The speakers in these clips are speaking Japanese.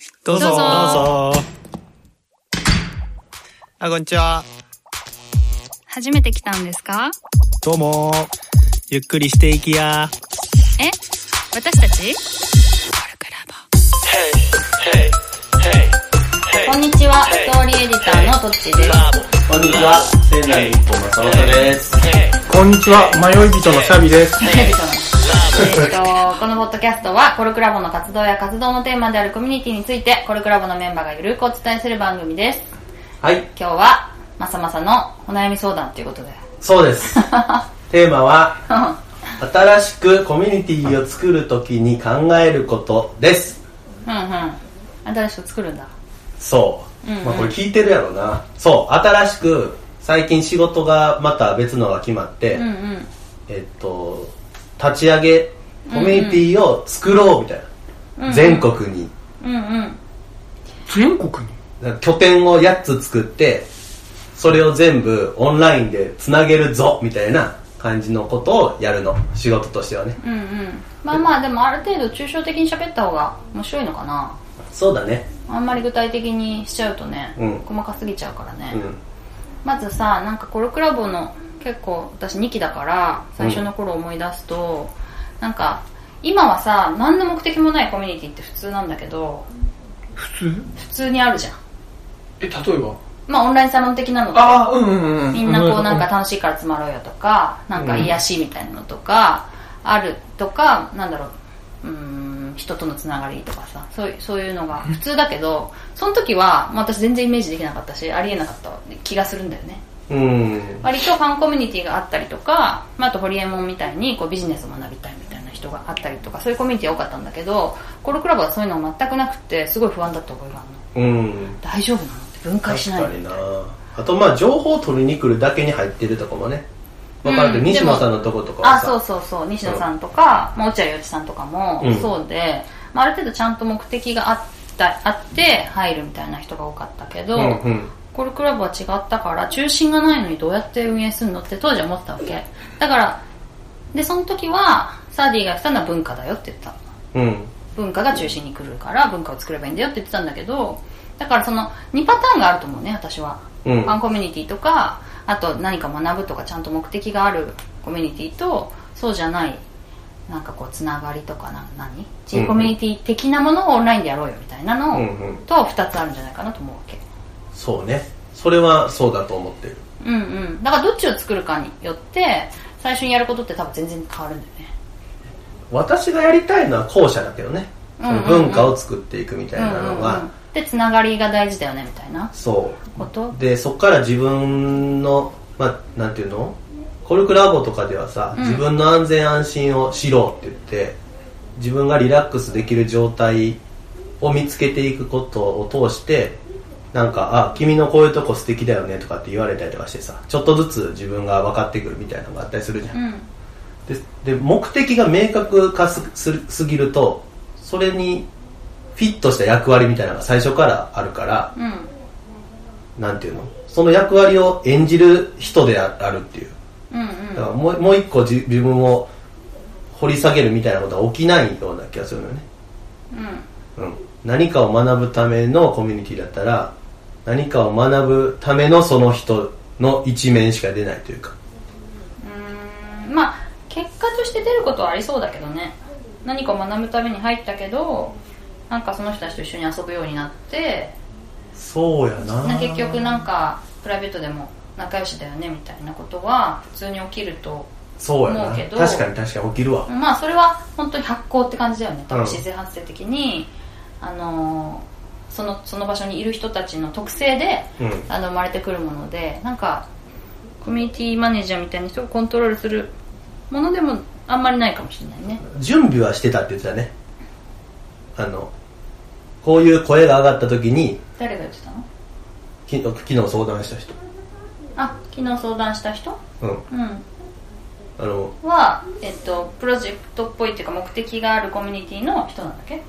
どうぞ。あ、こんにちは。 初めて来たんですか？ どうも。ゆっくりしていきや。 え？私たち？こんにちは、ストーリーエディターのとっちです。 こんにちは、仙台一本正本です。 こんにちは、迷い人のシャビです。 このポッドキャストはコルクラボの活動や活動のテーマであるコミュニティについてコルクラボのメンバーがゆるくお伝えする番組です。 はい。 今日はまさまさのお悩み相談ということで。 そうです。テーマは新しくコミュニティを作るときに考えることです。 新しく作るんだ。 そう。まあこれ聞いてるやろな。そう。新しく最近仕事がまた別のが決まって、立ち上げコミュニティを作ろうみたいな、全国に、 全国に拠点を8つ作ってそれを全部オンラインでつなげるぞみたいな感じのことをやるの、仕事としてはね。 まあまあでもある程度抽象的に喋った方が面白いのかな。 そうだね。 あんまり具体的にしちゃうとね、細かすぎちゃうからね、まずさ、なんかコルクラボの結構私2期だから最初の頃思い出すと、なんか今はさ何の目的もないコミュニティって普通なんだけど、 普通にあるじゃん。 例えばまあオンラインサロン的なのってみんなこうなんか楽しいから集まろうよとか、なんか癒しみたいなのとかあるとか、なんだろう、人とのつながりとかさ、そういうのが普通だけど、その時は、まあ、私全然イメージできなかったしありえなかった気がするんだよね。割とファンコミュニティがあったりとか、まあ、あとホリエモンみたいにこうビジネスを学びたいみたいな人があったりとか、そういうコミュニティが多かったんだけど、コルクラブはそういうの全くなくてすごい不安だった覚えがあるの。大丈夫なのって分解しないのみたいな。 あとまあ情報を取りに来るだけに入ってるとこもね、分かるけど、西野さんのとことかはさ、 そう西野さんとか、まあ、落合陽一さんとかもそうで、まあ、ある程度ちゃんと目的があって入るみたいな人が多かったけど、コルクラブは違ったから中心がないのにどうやって運営するのって当時は思ってたわけだから。でその時はサーディが言ってたのは文化だよって言った、文化が中心に来るから文化を作ればいいんだよって言ってたんだけど、だからその2パターンがあると思うね、私は。ファンコミュニティとか、あと何か学ぶとかちゃんと目的があるコミュニティと、そうじゃないなんかこうつながりとかGコミュニティ的なものをオンラインでやろうよみたいなのと2つあるんじゃないかなと思うわけ。 そうね、それはそうだと思ってる。 だからどっちを作るかによって最初にやることって多分全然変わるんだよね。 私がやりたいのは後者だけどね、その文化を作っていくみたいなのが、 でつながりが大事だよねみたいなことで、そっから自分のなんていうの、コルクラボとかではさ、自分の安全安心をしろって言って自分がリラックスできる状態を見つけていくことを通して、なんか君のこういうとこ素敵だよねとかって言われたりとかしてさ、ちょっとずつ自分が分かってくるみたいなのがあったりするじゃん、で目的が明確化すぎるとそれにフィットした役割みたいなのが最初からあるから、なんていうの、その役割を演じる人であるっていう、だからもう一個自分を掘り下げるみたいなことが起きないような気がするのよね。何かを学ぶためのコミュニティだったら何かを学ぶためのその人の一面しか出ないというか、 まあ結果として出ることはありそうだけどね。何かを学ぶために入ったけど、なんかその人たちと一緒に遊ぶようになって、 そうやな、 結局なんかプライベートでも仲良しだよねみたいなことは普通に起きると思うけど、 確かに起きるわ。 まあそれは本当に発酵って感じだよね。多分自然発生的に、その場所にいる人たちの特性で、生まれてくるもので、なんかコミュニティマネージャーみたいな人をコントロールするものでもあんまりないかもしれないね。準備はしてたって言ってたね。こういう声が上がった時に。 誰が言ってたの？ 昨日相談した人。 昨日相談した人？ はプロジェクトっぽいっていうか目的があるコミュニティの人なんだっけ？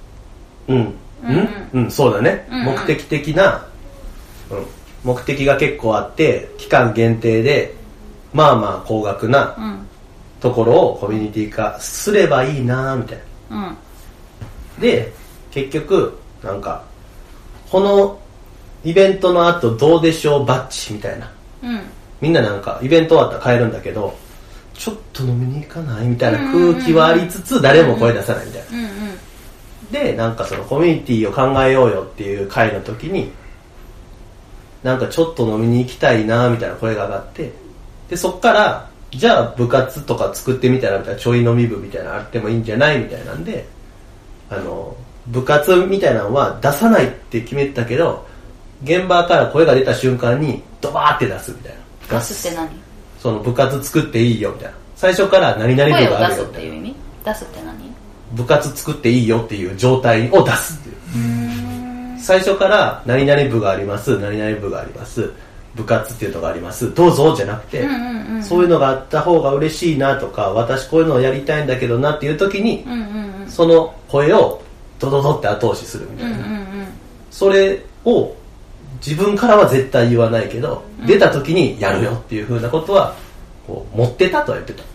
そうだね、目的的な、目的が結構あって期間限定でまあまあ高額なところをコミュニティ化すればいいなみたいな、で結局なんかこのイベントの後どうでしょうバッジみたいな、みんななんかイベント終わったら帰るんだけどちょっと飲みに行かないみたいな空気はありつつ誰も声出さないみたいな、でなんかそのコミュニティを考えようよっていう会の時になんかちょっと飲みに行きたいなみたいな声が上がって、でそっからじゃあ部活とか作ってみたらみたいなちょい飲み部みたいなのあってもいいんじゃないみたいなんで、部活みたいなのは出さないって決めてたけど現場から声が出た瞬間にドバーって出すみたいな。 出すって何？ その部活作っていいよみたいな、最初から何々部があるよみたいな。声を出すっていう意味？ 出すって何？ 部活作っていいよっていう状態を出すっていう。最初から何々部があります、何々部があります、部活っていうのがあります、どうぞじゃなくて、そういうのがあった方が嬉しいなとか、私こういうのをやりたいんだけどなっていう時に、その声をドドドって後押しするみたいな、それを自分からは絶対言わないけど、出た時にやるよっていう風なことはこう持ってたとは言ってた。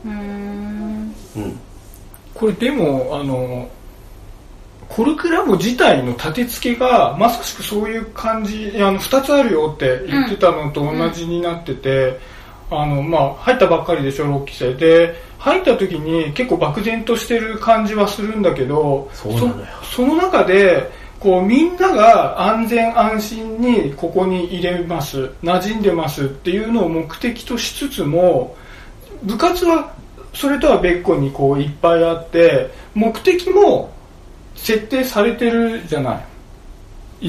これでもコルクラボ自体の立て付けがまさしくそういう感じ、2つあるよって言ってたのと同じになってて、入ったばっかりでしょ6期生で、入った時に結構漠然としてる感じはするんだけど、その中でこうみんなが安全安心にここに入れます、馴染んでますっていうのを目的としつつも、部活はそれとは別個にこういっぱいあって目的も設定されてるじゃない。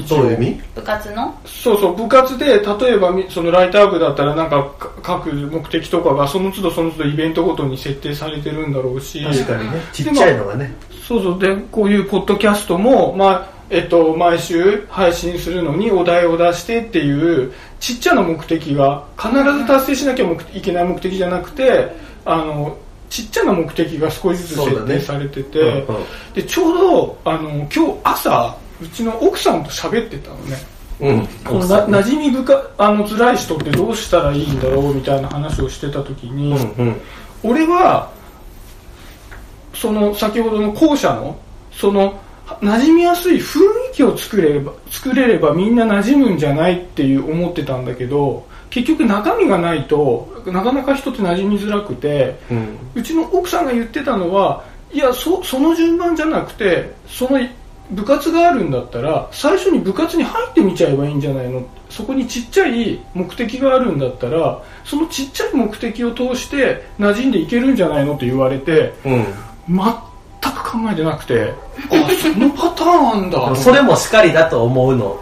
どういう意味？ 部活の？ そう部活で例えばそのライター部だったらなんか各目的とかがその都度その都度イベントごとに設定されてるんだろうし、 確かにね、ちっちゃいのがね。 そうでこういうポッドキャストも毎週配信するのにお題を出してっていうちっちゃな目的が必ず達成しなきゃいけない目的じゃなくて、ちっちゃな目的が少しずつ設定されてて、でちょうど今日朝うちの奥さんと喋ってたのね、この馴染み辛い人ってどうしたらいいんだろうみたいな話をしてた時に、俺はその先ほどの後者のその馴染みやすい雰囲気を作れればみんな馴染むんじゃないっていう思ってたんだけど、結局中身がないとなかなか人って馴染みづらくて、うちの奥さんが言ってたのは、いや その順番じゃなくて、その部活があるんだったら最初に部活に入ってみちゃえばいいんじゃないの、そこにちっちゃい目的があるんだったらそのちっちゃい目的を通して馴染んでいけるんじゃないのって言われて、全く考えてなくて、そのパターンあんだ。 それもしかりだと思うの。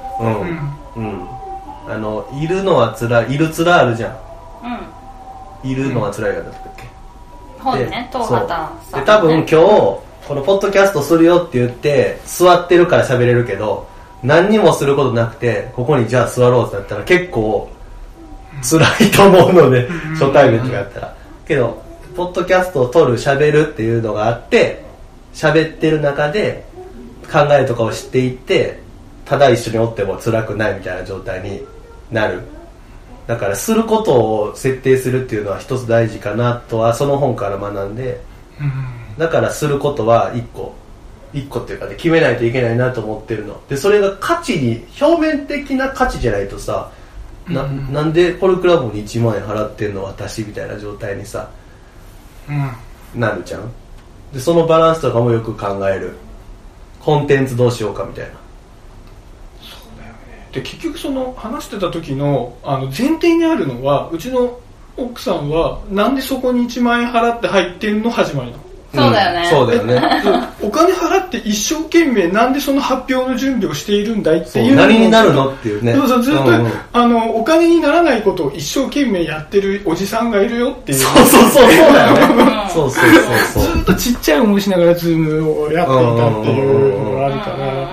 いるのはつらい、いるつらあるじゃん。いるのはつらいがだったっけ。 本ね、東畑さん。 で多分今日このポッドキャストするよって言って座ってるから喋れるけど、何にもすることなくてここにじゃあ座ろうってなったら結構辛いと思うので、初対面とかやったら。けどポッドキャストを撮る、喋るっていうのがあって、喋ってる中で考えとかを知っていって、ただ一緒におっても辛くないみたいな状態になる。だからすることを設定するっていうのは一つ大事かなとはその本から学んで、だからすることは一個っていうかね、決めないといけないなと思ってるので、それが価値に、表面的な価値じゃないとさ、なんでコルクラボに1万円払ってんの私みたいな状態にさ、なるじゃん。でそのバランスとかもよく考える。コンテンツどうしようかみたいな。 そうだよね。で結局その話してた時の前提にあるのは、うちの奥さんはなんでそこに1万円払って入ってんの始まりなの。 そうだよね。 そうだよね。 お金払って一生懸命なんでその発表の準備をしているんだいっていう。 何になるのっていうね。 そうずっと、お金にならないことを一生懸命やってるおじさんがいるよっていう。 そうだよね。そう。 ずっとちっちゃい思いしながらズームをやっていたっていうのがあるから、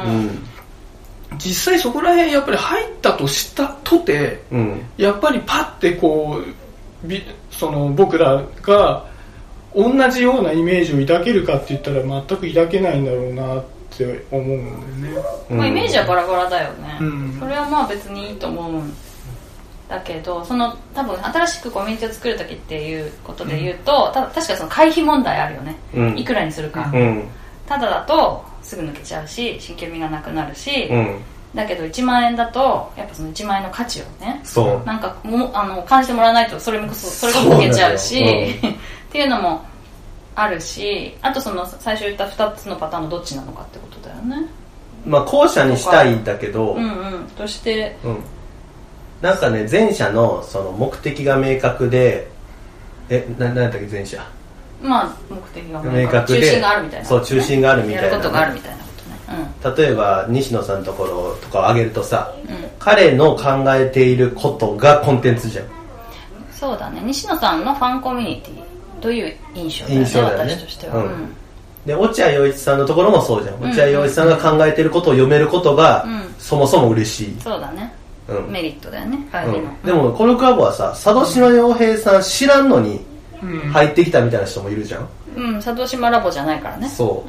実際そこら辺やっぱり入ったとしたとて、やっぱりパッてこうその僕らが同じようなイメージを抱けるかって言ったら全く抱けないんだろうなって思うんだよね。 イメージはバラバラだよね。それはまあ別にいいと思うんだけど、その多分新しくコミュニティを作るときっていうことで言うと、確かその会費問題あるよね。いくらにするか。ただだとすぐ抜けちゃうし進球味がなくなるし、だけど1万円だとやっぱその1万円の価値をねなんか感じてもらわないとそれが抜けちゃうしっていうのもあるし、あとその最初言った2つのパターンのどっちなのかってことだよね。 まあ後者にしたいんだけど、 として、 なんかね前者のその目的が明確で何だっけ前者、 まあ目的が明確で中心があるみたいな、 そう中心があるみたいな、 やることがあるみたいなことね、例えば西野さんのところとかを挙げるとさ、彼の考えていることがコンテンツじゃん。 そうだね。西野さんのファンコミュニティという印象だよね、私としては。で落合陽一さんのところもそうじゃん。落合陽一さんが考えていることを読めることが、そもそも嬉しい。 そうだね、メリットだよね、 でもコルクラボはさ、佐渡島陽平さん知らんのに入ってきたみたいな人もいるじゃん。 佐渡島ラボじゃないからね。 そう、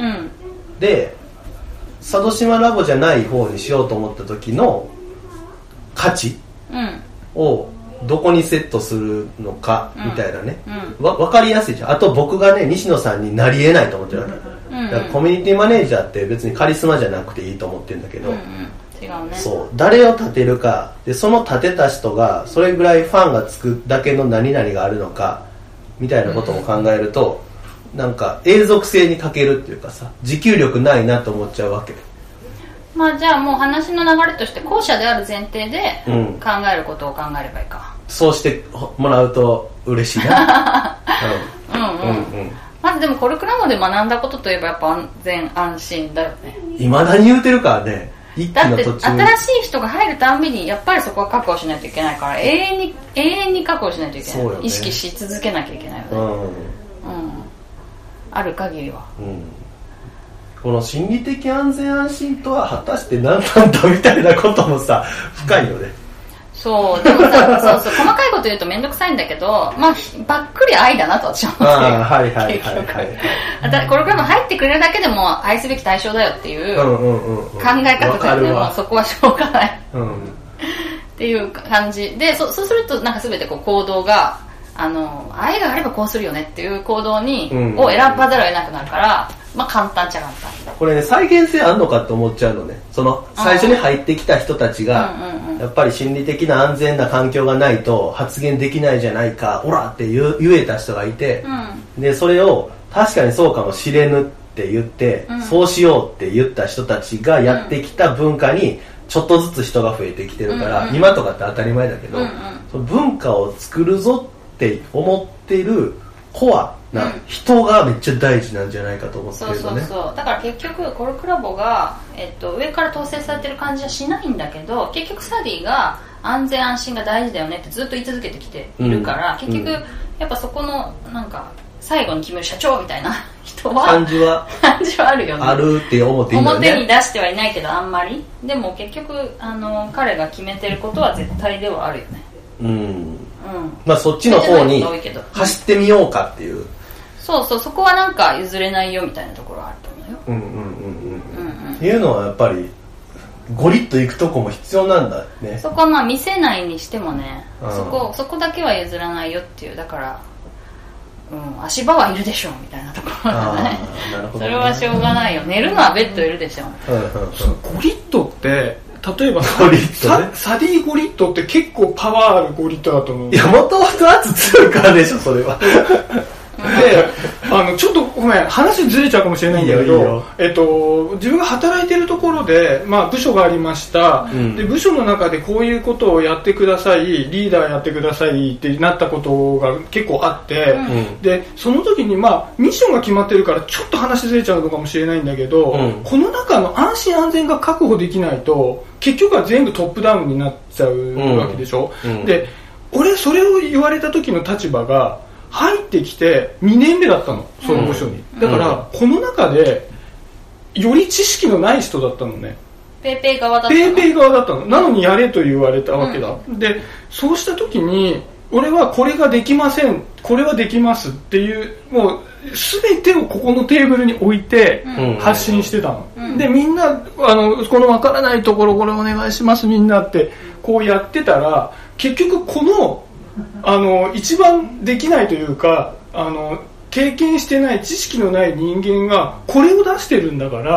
で佐渡島ラボじゃない方にしようと思った時の価値をどこにセットするのかみたいなね、分かりやすいじゃん。あと僕がね西野さんになり得ないと思ってるわけ、だからコミュニティマネージャーって別にカリスマじゃなくていいと思ってるんだけど、 違うね。 そう、誰を立てるかで、その立てた人がそれぐらいファンがつくだけの何々があるのかみたいなことも考えると、なんか永続性に欠けるっていうかさ、持久力ないなと思っちゃうわけ。 まあじゃあもう話の流れとして後者である前提で考えることを考えればいいか、 そうしてもらうと嬉しいな。 まずでもコルクラボで学んだことといえばやっぱ安全安心だよね。 未だに言うてるからね。 だって新しい人が入るたんびにやっぱりそこは確保しないといけないから、永遠に確保しないといけない、意識し続けなきゃいけないよね、ある限りは、 この心理的安全安心とは果たして何なんだみたいなこともさ深いよね。 そうでもさそう細かいこと言うと面倒くさいんだけど、まあばっくり愛だなと私は思ってる。これからも入ってくれるだけでも愛すべき対象だよっていう考え方だよね。もうそこはしょうがないっていう感じで、そうするとなんか全てこう行動が愛があればこうするよねっていう行動を選ばざるを得なくなるから、まあ簡単っちゃ簡単。 これね再現性あんのかって思っちゃうのね。その最初に入ってきた人たちがやっぱり心理的な安全な環境がないと発言できないじゃないか、オラって言えた人がいて、でそれを確かにそうかもしれぬって言って、そうしようって言った人たちがやってきた文化にちょっとずつ人が増えてきてるから、今とかって当たり前だけど、その文化を作るぞって思っているコアな人がめっちゃ大事なんじゃないかと思ってるよね。 そうだから結局コルクラボが、上から統制されてる感じはしないんだけど、結局サディが安全安心が大事だよねってずっと言い続けてきているから、結局やっぱそこのなんか最後に決める社長みたいな人は感じはあるよね。 あるって思っていいんだよね。 表に出してはいないけどあんまりでも結局彼が決めてることは絶対ではあるよね。まあそっちの方に走ってみようかっていう、そこはなんか譲れないよみたいなところはあると思うよ。 っていうのはやっぱりゴリッといくとこも必要なんだね。 そこはまあ見せないにしてもね、そこだけは譲らないよっていう、だから足場はいるでしょうみたいなところだね。それはしょうがないよ。寝るのはベッドいるでしょう。 ゴリッとって例えばサディゴリットって結構パワーあるゴリットだと思う。 いやもともと圧強いからでしょそれは。 でちょっとごめん話ずれちゃうかもしれないんだけど、自分が働いてるところで、まあ、部署がありました、で部署の中でこういうことをやってください、リーダーやってくださいってなったことが結構あって、でその時に、まあ、ミッションが決まってるからちょっと話ずれちゃうのかもしれないんだけど、この中の安心安全が確保できないと結局は全部トップダウンになっちゃうわけでしょ、で俺それを言われた時の立場が入ってきて2年目だったの、その部署に。だから、この中でより知識のない人だったのね。 ペーペー側だったの。 ペーペー側だったの。なのにやれと言われたわけだ。で、そうした時に俺はこれができません、これはできますっていうもう全てをここのテーブルに置いて発信してたの。で、みんなこのわからないところこれお願いしますみんなってこうやってたら、結局この一番できないというか経験してない知識のない人間がこれを出してるんだから、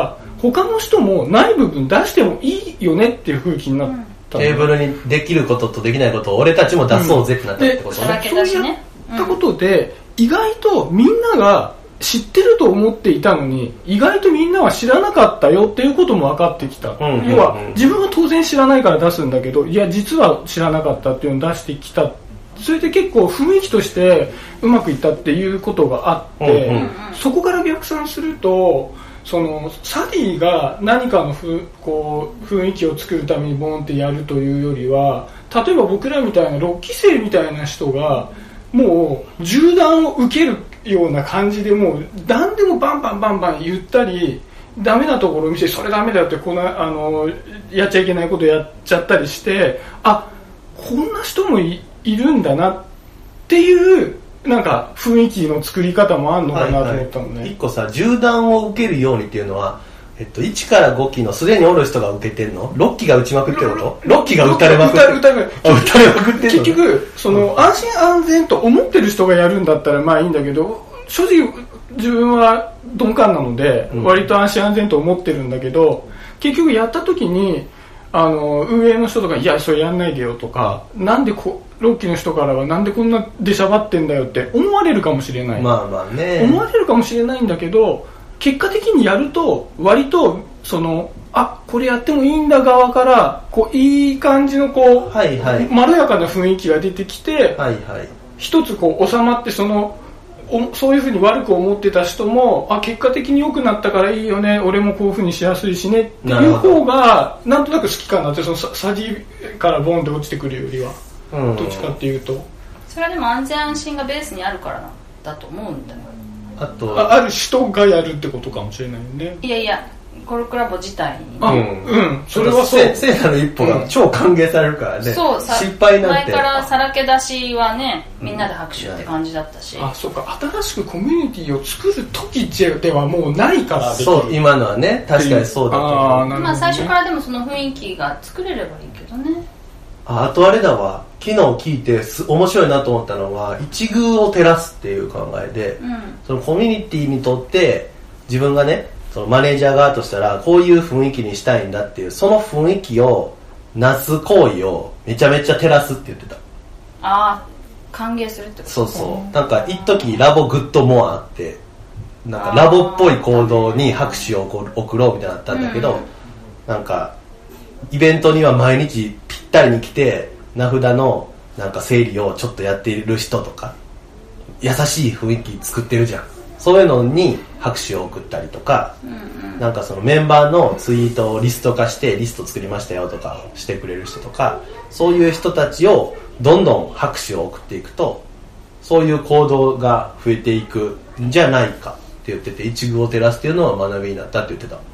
他の人もない部分出してもいいよねっていう風気になった、 テーブルにできることとできないことを俺たちも出そうぜってなったってことね。 そうやったことで、意外とみんなが知ってると思っていたのに意外とみんなは知らなかったよっていうことも分かってきた、要は自分は当然知らないから出すんだけど、いや実は知らなかったっていうのを出してきた。それで結構雰囲気としてうまくいったっていうことがあって、そこから逆算するとそのサディが何かのこう雰囲気を作るためにボンってやるというよりは、例えば僕らみたいな6期生みたいな人がもう銃弾を受けるような感じでもう何でもバンバンバンバン言ったり、ダメなところを見せてそれダメだよってやっちゃいけないことやっちゃったりして、あ、こんな人もいるんだなっていうなんか雰囲気の作り方もあるのかなと思ったのね。 一個さ、銃弾を受けるようにっていうのは、1から5期のすでにおる人が受けてんの？6期が撃ちまくってること？ 6 期が撃たれまくってる。撃たれまくってるの？結局その安心安全と思ってる人がやるんだったらまあいいんだけど、正直自分は鈍感なので割と安心安全と思ってるんだけど、結局やった時に運営の人とかいやそれやんないでよとか、なんで6期の人からはなんでこんな出しゃばってんだよって思われるかもしれない、 まあまあね、 思われるかもしれないんだけど、結果的にやると割とこれやってもいいんだ側からこういい感じのこう、はいはい、まろやかな雰囲気が出てきて、はいはい、一つこう収まって、そういうふうに悪く思ってた人も結果的に良くなったからいいよね、俺もこういうふうにしやすいしねっていう方がなんとなく好きかなって、サジからボンって落ちてくるよりは、どっちかっていうとそれはでも安全安心がベースにあるからだと思うんだよ。 ある人がやるってことかもしれないね。 いやいや、コルクラボ自体に、 それはそう聖なる一歩が超歓迎されるからね、 そう失敗なんて前からさらけ出しはね、みんなで拍手って感じだったし、 そうか、新しくコミュニティを作る時ではもうないからできる。 そう、今のはね、確かにそうだと思う。 まあ最初からでもその雰囲気が作れればいいけどね。 あとあれだわ、昨日聞いて面白いなと思ったのは、一遇を照らすっていう考えで、そのコミュニティにとって自分がね、そのマネージャー側としたらこういう雰囲気にしたいんだっていう、その雰囲気をなす行為をめちゃめちゃ照らすって言ってた。 歓迎するってこと？ そうそう、なんか一時ラボグッドモアってなんかラボっぽい行動に拍手を送ろうみたいになったんだけど、なんかイベントには毎日ぴったりに来て名札のなんか整理をちょっとやっている人とか、優しい雰囲気作ってるじゃん、そういうのに拍手を送ったりとか、なんかそのメンバーのツイートをリスト化してリスト作りましたよとかしてくれる人とか、そういう人たちをどんどん拍手を送っていくと、そういう行動が増えていくんじゃないかって言ってて、一遇を照らすっていうのは学びになったって言ってた。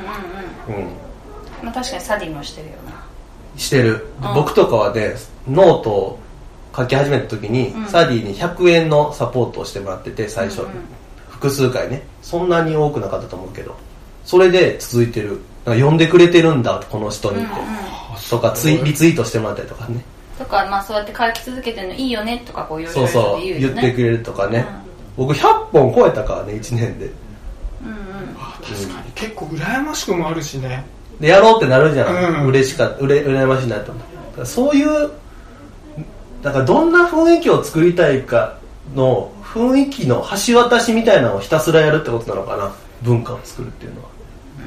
まあ、確かにサディもしてるよな。 してる。僕とかはね、ノートを書き始めた時に、サディに100円のサポートをしてもらってて、最初、複数回ね、そんなに多くなかったと思うけど、それで続いてる。なんか呼んでくれてるんだこの人にって、とかリツイートしてもらったりとかね、 とか、まあそうやって書き続けてるのいいよねとか、こういうそうそう言ってくれるとかね、僕100本超えたからね、1年で。 確かに結構羨ましくもあるしね、 でやろうってなるじゃん、羨ましいなと思う。そういうだからどんな雰囲気を作りたいかの雰囲気の橋渡しみたいなのをひたすらやるってことなのかな、文化を作るっていうのは。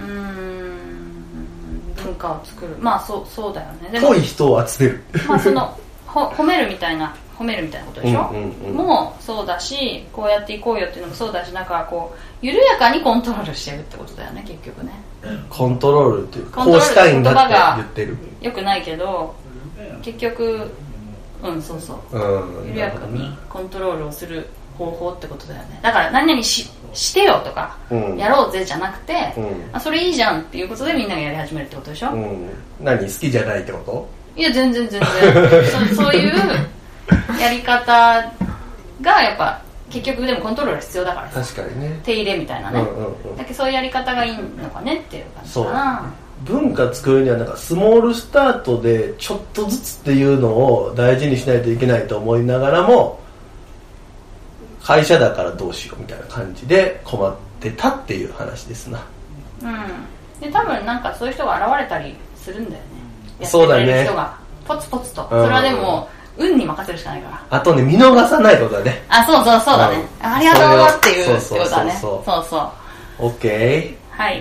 文化を作る、まあそうだよね。でも濃い人を集める、 まあその褒めるみたいなことでしょ、もうそうだし、こうやっていこうよっていうのもそうだし、なんかこう緩やかにコントロールしてるってことだよね、結局ね。 コントロールっていうか、こうしたいんだって言ってる。 よくないけど、結局そうそう、緩やかにコントロールをする方法ってことだよね。だから何々してよとか、やろうぜじゃなくて、それいいじゃんっていうことでみんながやり始めるってことでしょ。 何、好きじゃないってこと？ いや全然そういうやり方がやっぱ結局でもコントロール必要だからさ、確かにね、 手入れみたいなね、だけどそういうやり方がいいのかねっていう感じかな。 文化作るにはなんかスモールスタートでちょっとずつっていうのを大事にしないといけないと思いながらも、会社だからどうしようみたいな感じで困ってたっていう話ですな。 で多分なんかそういう人が現れたりするんだよね。 そうだね。 やってくれる人がポツポツと、それはでも運に任せるしかないから。 あとね、見逃さないことだね。 あ、そうだね。ありがとうっていうってことだね。そう。 オッケー。はい。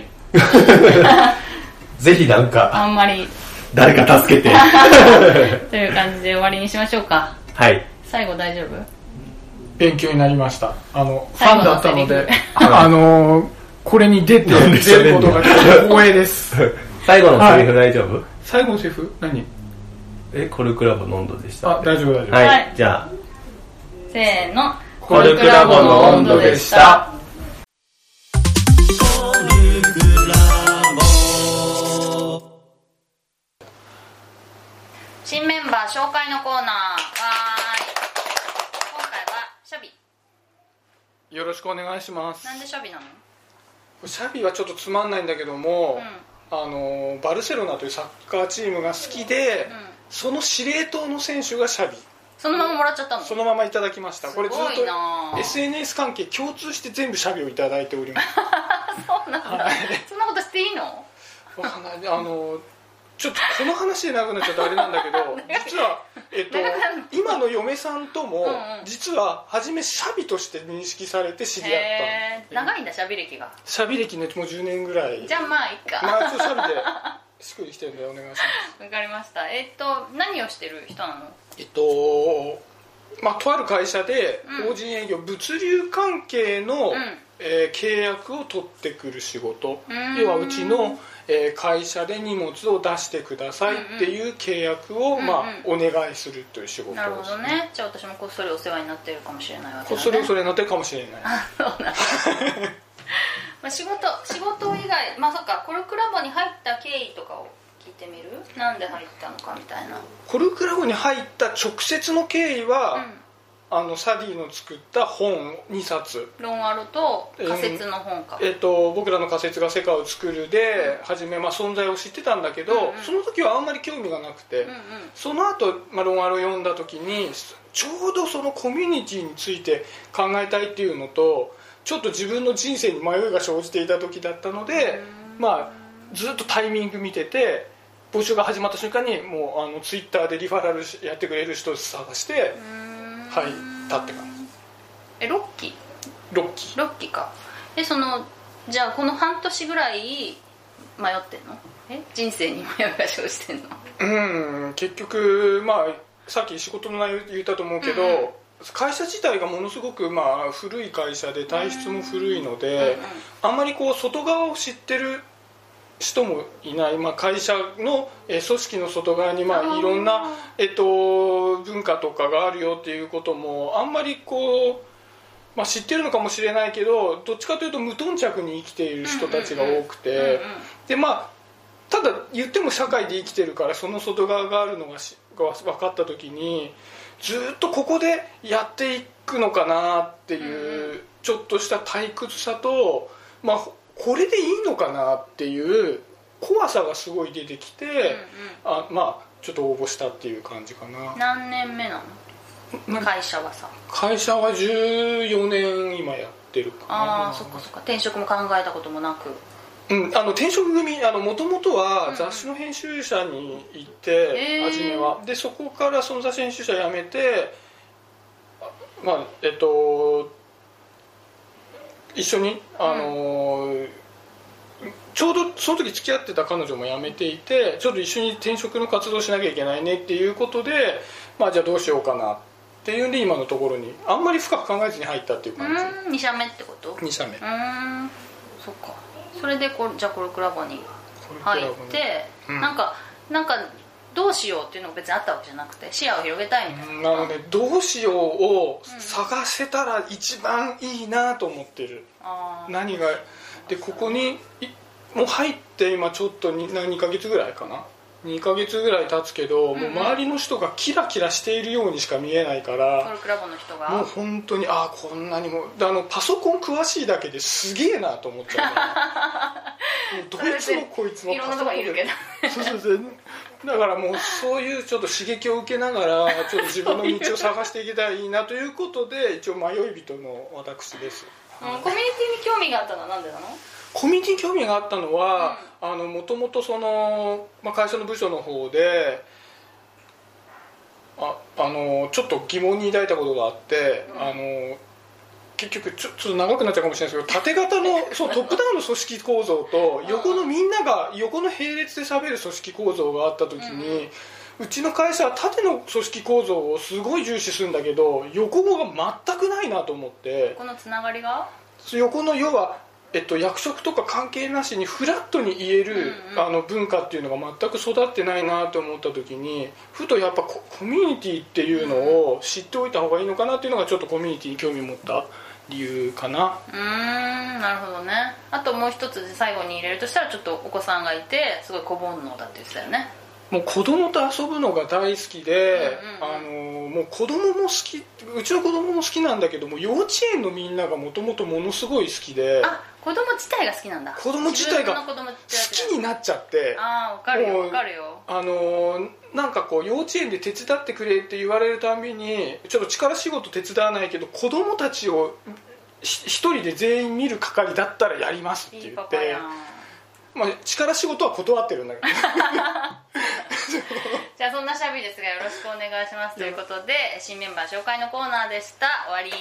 ぜひなんかあんまり誰か助けてという感じで終わりにしましょうか。 はい。 最後大丈夫？ 勉強になりました。ファンだったので、これに出ることが光栄です。 最後のセリフ大丈夫？ 最後のセリフ何？ コルクラボの温度でした。 あ、大丈夫。 はい、じゃあせーの、 コルクラボの温度でした。 新メンバー紹介のコーナー。今回はシャビ。 よろしくお願いします。 なんでシャビなの？ シャビはちょっとつまんないんだけども、バルセロナというサッカーチームが好きで、その司令塔の選手がシャビ。 そのままもらっちゃったの？ そのままいただきました。これずっと SNS 関係共通して全部シャビをいただいております。 そうなんだ、そんなことしていいの？ わかんない。ちょっとこの話で長くなっちゃうとあれなんだけど実は、今の嫁さんとも、実は初めシャビとして認識されて知り合った。 長いんだ、シャビ歴が。 シャビ歴ね、もう10年ぐらい。 じゃあまあいいか。 まあちょっとシャビでしっくりきてるんでお願いします。 わかりました。何をしてる人なの？ とある会社で法人営業、物流関係の、契約を取ってくる仕事。要はうちの会社で荷物を出してくださいっていう契約を、お願いするという仕事です。 なるほどね。じゃあ私もこっそりお世話になってるかもしれないわけだね。 こっそりお世話になってるかもしれない。 そうなんだ。仕事以外、そっか、コルクラボに入った経緯とかを聞いてみる？なんで入ったのかみたいな。 コルクラボに入った直接の経緯は、サディの作った本2冊、 ロンアルと仮説の本か、 僕らの仮説が世界を作るで、初め存在を知ってたんだけど、その時はあんまり興味がなくて、その後、ロンアルを読んだ時にちょうどそのコミュニティについて考えたいっていうのと、ちょっと自分の人生に迷いが生じていた時だったので、ずっとタイミング見てて、募集が始まった瞬間にもうツイッターでリファラルやってくれる人を探して入ったって感じ。 6期か。じゃあこの半年ぐらい迷ってんの？人生に迷いが生じてんの？ 結局さっき仕事の内容言ったと思うけど、会社自体がものすごく古い会社で体質も古いので、あんまり外側を知ってる人もいない、会社の組織の外側にいろんな文化とかがあるよっていうこともあんまり知ってるのかもしれないけど、どっちかというと無頓着に生きている人たちが多くて、でただ言っても社会で生きてるから、その外側があるのが分かった時に、ずっとここでやっていくのかなっていうちょっとした退屈さと、これでいいのかなっていう怖さがすごい出てきて、ちょっと応募したっていう感じかな。 何年目なの？会社は 14年今やってるかな。 そっか。転職も考えたこともなく。 転職組、もともとは雑誌の編集者に行って、初めはで、そこからその雑誌編集者辞めて、一緒に、ちょうどその時付き合ってた彼女も辞めていて、ちょっと一緒に転職の活動しなきゃいけないねっていうことで、じゃあどうしようかなっていうんで、今のところにあんまり深く考えずに入ったっていう感じ。 2社目ってこと？ 2社目。 そっか。それでじゃあコルクラボに入って、なんかどうしようっていうのが別にあったわけじゃなくて、視野を広げたいみたいな。 なので、どうしようを探せたら一番いいなと思ってる。何がで、ここにもう入って今ちょっと2ヶ月ぐらいかな、2ヶ月ぐらい経つけど、もう周りの人がキラキラしているようにしか見えないから、 コルクラボの人がもう本当にこんなにもパソコン詳しいだけですげえなと思っちゃうもうどいつもこいつもいろんなとこにいるけどそうだからもうそういうちょっと刺激を受けながらちょっと自分の道を探していけたらいいなということで、一応迷い人の私です。 コミュニティに興味があったのはなんでなの？ コミュニティに興味があったのは、もともとその、会社の部署の方でちょっと疑問に抱いたことがあって、結局ちょっと長くなっちゃうかもしれないですけど、縦型のそうトップダウンの組織構造と横のみんなが横の並列で喋る組織構造があった時に、うちの会社は縦の組織構造をすごい重視するんだけど、横語が全くないなと思って。 このつながりが横の要は、役職とか関係なしにフラットに言える、文化っていうのが全く育ってないなと思った時に、ふとやっぱコミュニティっていうのを知っておいた方がいいのかなっていうのがちょっとコミュニティに興味を持った理由かな。 なるほどね。あともう一つ最後に入れるとしたら、ちょっとお子さんがいてすごい小煩悩だって言ってたよね。 もう子供と遊ぶのが大好きで、もう子供も好き、うちの子供も好きなんだけども、幼稚園のみんながもともとものすごい好きで、 子供自体が好きなんだ。 子供自体が好きになっちゃって、 わかるよわかるよ。 なんかこう幼稚園で手伝ってくれって言われるたびに、ちょっと力仕事手伝わないけど子供たちを一人で全員見る係だったらやりますって言って、いい力仕事は断ってるんだけどじゃあそんなシャビですがよろしくお願いしますということで、新メンバー紹介のコーナーでした。終わり。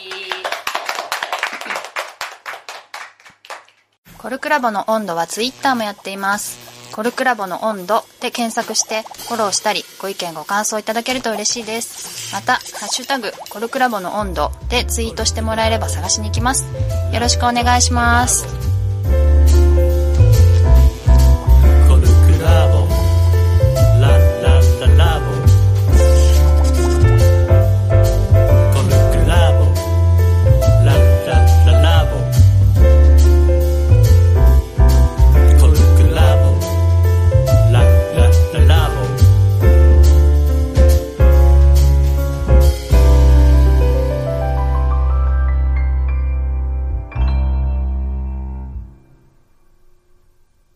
コルクラボの温度はツイッターもやっています。コルクラボの温度で検索してフォローしたり、ご意見ご感想いただけると嬉しいです。またハッシュタグコルクラボの温度でツイートしてもらえれば探しに行きます。よろしくお願いします。